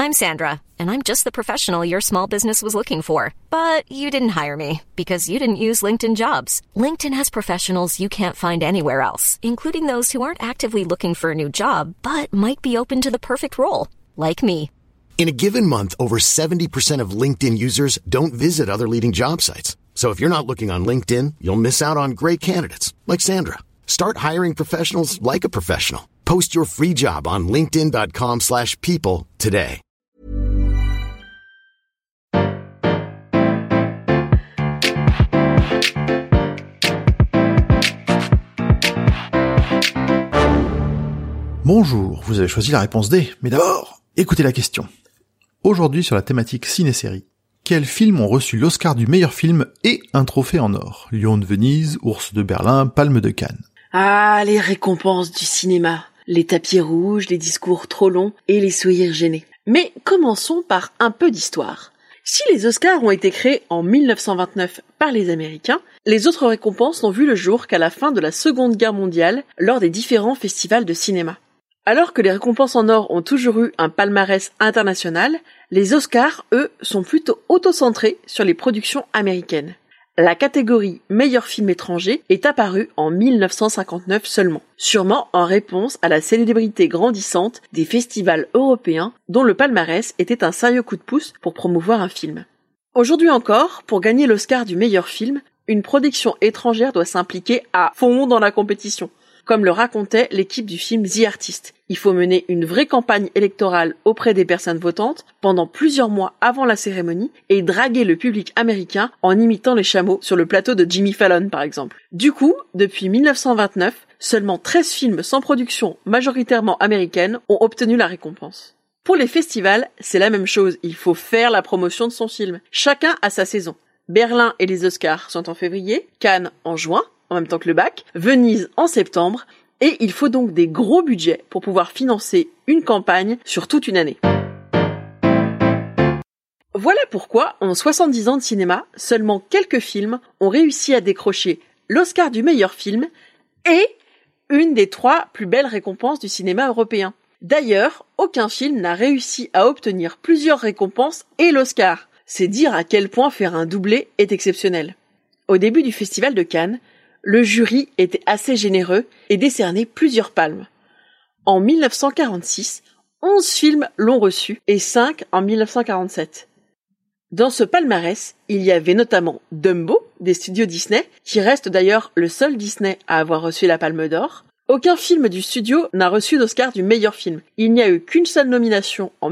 I'm Sandra, and I'm just the professional your small business was looking for. But you didn't hire me because you didn't use LinkedIn Jobs. LinkedIn has professionals you can't find anywhere else, including those who aren't actively looking for a new job, but might be open to the perfect role, like me. In a given month, over 70% of LinkedIn users don't visit other leading job sites. So if you're not looking on LinkedIn, you'll miss out on great candidates, like Sandra. Start hiring professionals like a professional. Post your free job on linkedin.com/people today. Bonjour, vous avez choisi la réponse D, mais d'abord, écoutez la question. Aujourd'hui sur la thématique ciné-série, quels films ont reçu l'Oscar du meilleur film et un trophée en or? Lion de Venise, Ours de Berlin, Palme de Cannes. Ah, les récompenses du cinéma. Les tapis rouges, les discours trop longs et les sourires gênés. Mais commençons par un peu d'histoire. Si les Oscars ont été créés en 1929 par les Américains, les autres récompenses n'ont vu le jour qu'à la fin de la Seconde Guerre mondiale lors des différents festivals de cinéma. Alors que les récompenses en or ont toujours eu un palmarès international, les Oscars, eux, sont plutôt autocentrés sur les productions américaines. La catégorie meilleur film étranger est apparue en 1959 seulement, sûrement en réponse à la célébrité grandissante des festivals européens dont le palmarès était un sérieux coup de pouce pour promouvoir un film. Aujourd'hui encore, pour gagner l'Oscar du meilleur film, une production étrangère doit s'impliquer à fond dans la compétition. Comme le racontait l'équipe du film The Artist. Il faut mener une vraie campagne électorale auprès des personnes votantes pendant plusieurs mois avant la cérémonie et draguer le public américain en imitant les chameaux sur le plateau de Jimmy Fallon par exemple. Du coup, depuis 1929, seulement 13 films sans production majoritairement américaine ont obtenu la récompense. Pour les festivals, c'est la même chose, il faut faire la promotion de son film. Chacun a sa saison. Berlin et les Oscars sont en février, Cannes en juin, en même temps que le bac, Venise en septembre, et il faut donc des gros budgets pour pouvoir financer une campagne sur toute une année. Voilà pourquoi, en 70 ans de cinéma, seulement quelques films ont réussi à décrocher l'Oscar du meilleur film et une des 3 plus belles récompenses du cinéma européen. D'ailleurs, aucun film n'a réussi à obtenir plusieurs récompenses et l'Oscar. C'est dire à quel point faire un doublé est exceptionnel. Au début du festival de Cannes, le jury était assez généreux et décernait plusieurs palmes. En 1946, 11 films l'ont reçu et 5 en 1947. Dans ce palmarès, il y avait notamment Dumbo, des studios Disney, qui reste d'ailleurs le seul Disney à avoir reçu la Palme d'Or. Aucun film du studio n'a reçu d'Oscar du meilleur film. Il n'y a eu qu'une seule nomination en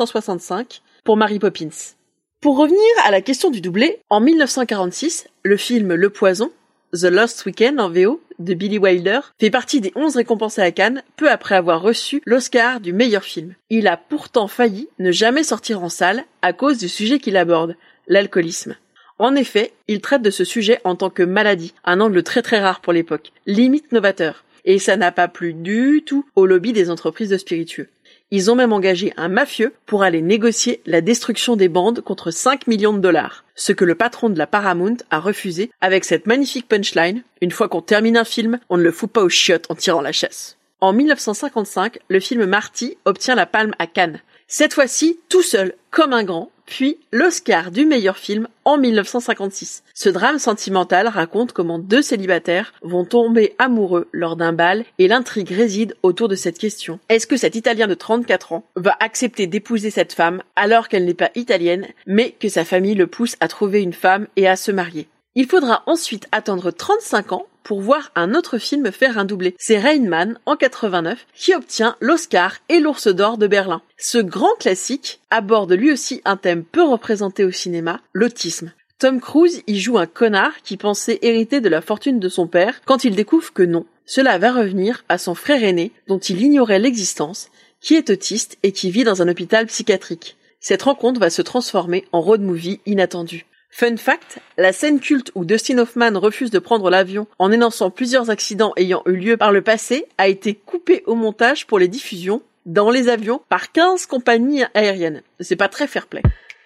1965 pour Mary Poppins. Pour revenir à la question du doublé, en 1946, le film Le Poison, The Lost Weekend en VO de Billy Wilder fait partie des 11 récompensés à Cannes peu après avoir reçu l'Oscar du meilleur film. Il a pourtant failli ne jamais sortir en salle à cause du sujet qu'il aborde, l'alcoolisme. En effet, il traite de ce sujet en tant que maladie, un angle très très rare pour l'époque, limite novateur. Et ça n'a pas plu du tout au lobby des entreprises de spiritueux. Ils ont même engagé un mafieux pour aller négocier la destruction des bandes contre 5 millions de dollars. Ce que le patron de la Paramount a refusé avec cette magnifique punchline « Une fois qu'on termine un film, on ne le fout pas aux chiottes en tirant la chasse ». En 1955, le film Marty obtient la Palme à Cannes. Cette fois-ci, tout seul, comme un grand, puis l'Oscar du meilleur film en 1956. Ce drame sentimental raconte comment 2 célibataires vont tomber amoureux lors d'un bal et l'intrigue réside autour de cette question. Est-ce que cet Italien de 34 ans va accepter d'épouser cette femme alors qu'elle n'est pas italienne, mais que sa famille le pousse à trouver une femme et à se marier? Il faudra ensuite attendre 35 ans pour voir un autre film faire un doublé. C'est Rain Man, en 89, qui obtient l'Oscar et l'Ours d'Or de Berlin. Ce grand classique aborde lui aussi un thème peu représenté au cinéma, l'autisme. Tom Cruise y joue un connard qui pensait hériter de la fortune de son père quand il découvre que non. Cela va revenir à son frère aîné, dont il ignorait l'existence, qui est autiste et qui vit dans un hôpital psychiatrique. Cette rencontre va se transformer en road movie inattendu. Fun fact, la scène culte où Dustin Hoffman refuse de prendre l'avion en énonçant plusieurs accidents ayant eu lieu par le passé a été coupée au montage pour les diffusions dans les avions par 15 compagnies aériennes. C'est pas très fair-play.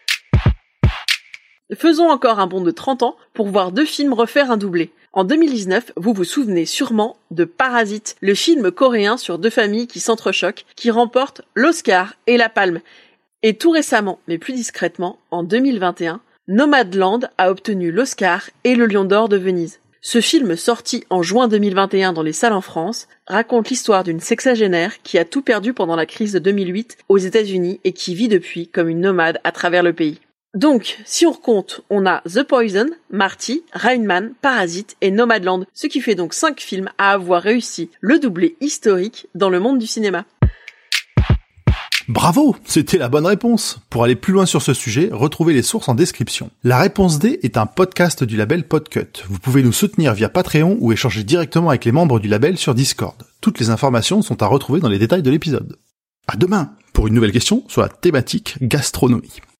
Faisons encore un bond de 30 ans pour voir 2 films refaire un doublé. En 2019, vous vous souvenez sûrement de Parasite, le film coréen sur 2 familles qui s'entrechoquent, qui remporte l'Oscar et la Palme. Et tout récemment, mais plus discrètement, en 2021, Nomadland a obtenu l'Oscar et le Lion d'Or de Venise. Ce film, sorti en juin 2021 dans les salles en France, raconte l'histoire d'une sexagénaire qui a tout perdu pendant la crise de 2008 aux États-Unis et qui vit depuis comme une nomade à travers le pays. Donc, si on recompte, on a The Poison, Marty, Rain Man, Parasite et Nomadland, ce qui fait donc 5 films à avoir réussi le doublé historique dans le monde du cinéma. Bravo, c'était la bonne réponse. Pour aller plus loin sur ce sujet, retrouvez les sources en description. La réponse D est un podcast du label Podcut. Vous pouvez nous soutenir via Patreon ou échanger directement avec les membres du label sur Discord. Toutes les informations sont à retrouver dans les détails de l'épisode. À demain pour une nouvelle question sur la thématique gastronomie.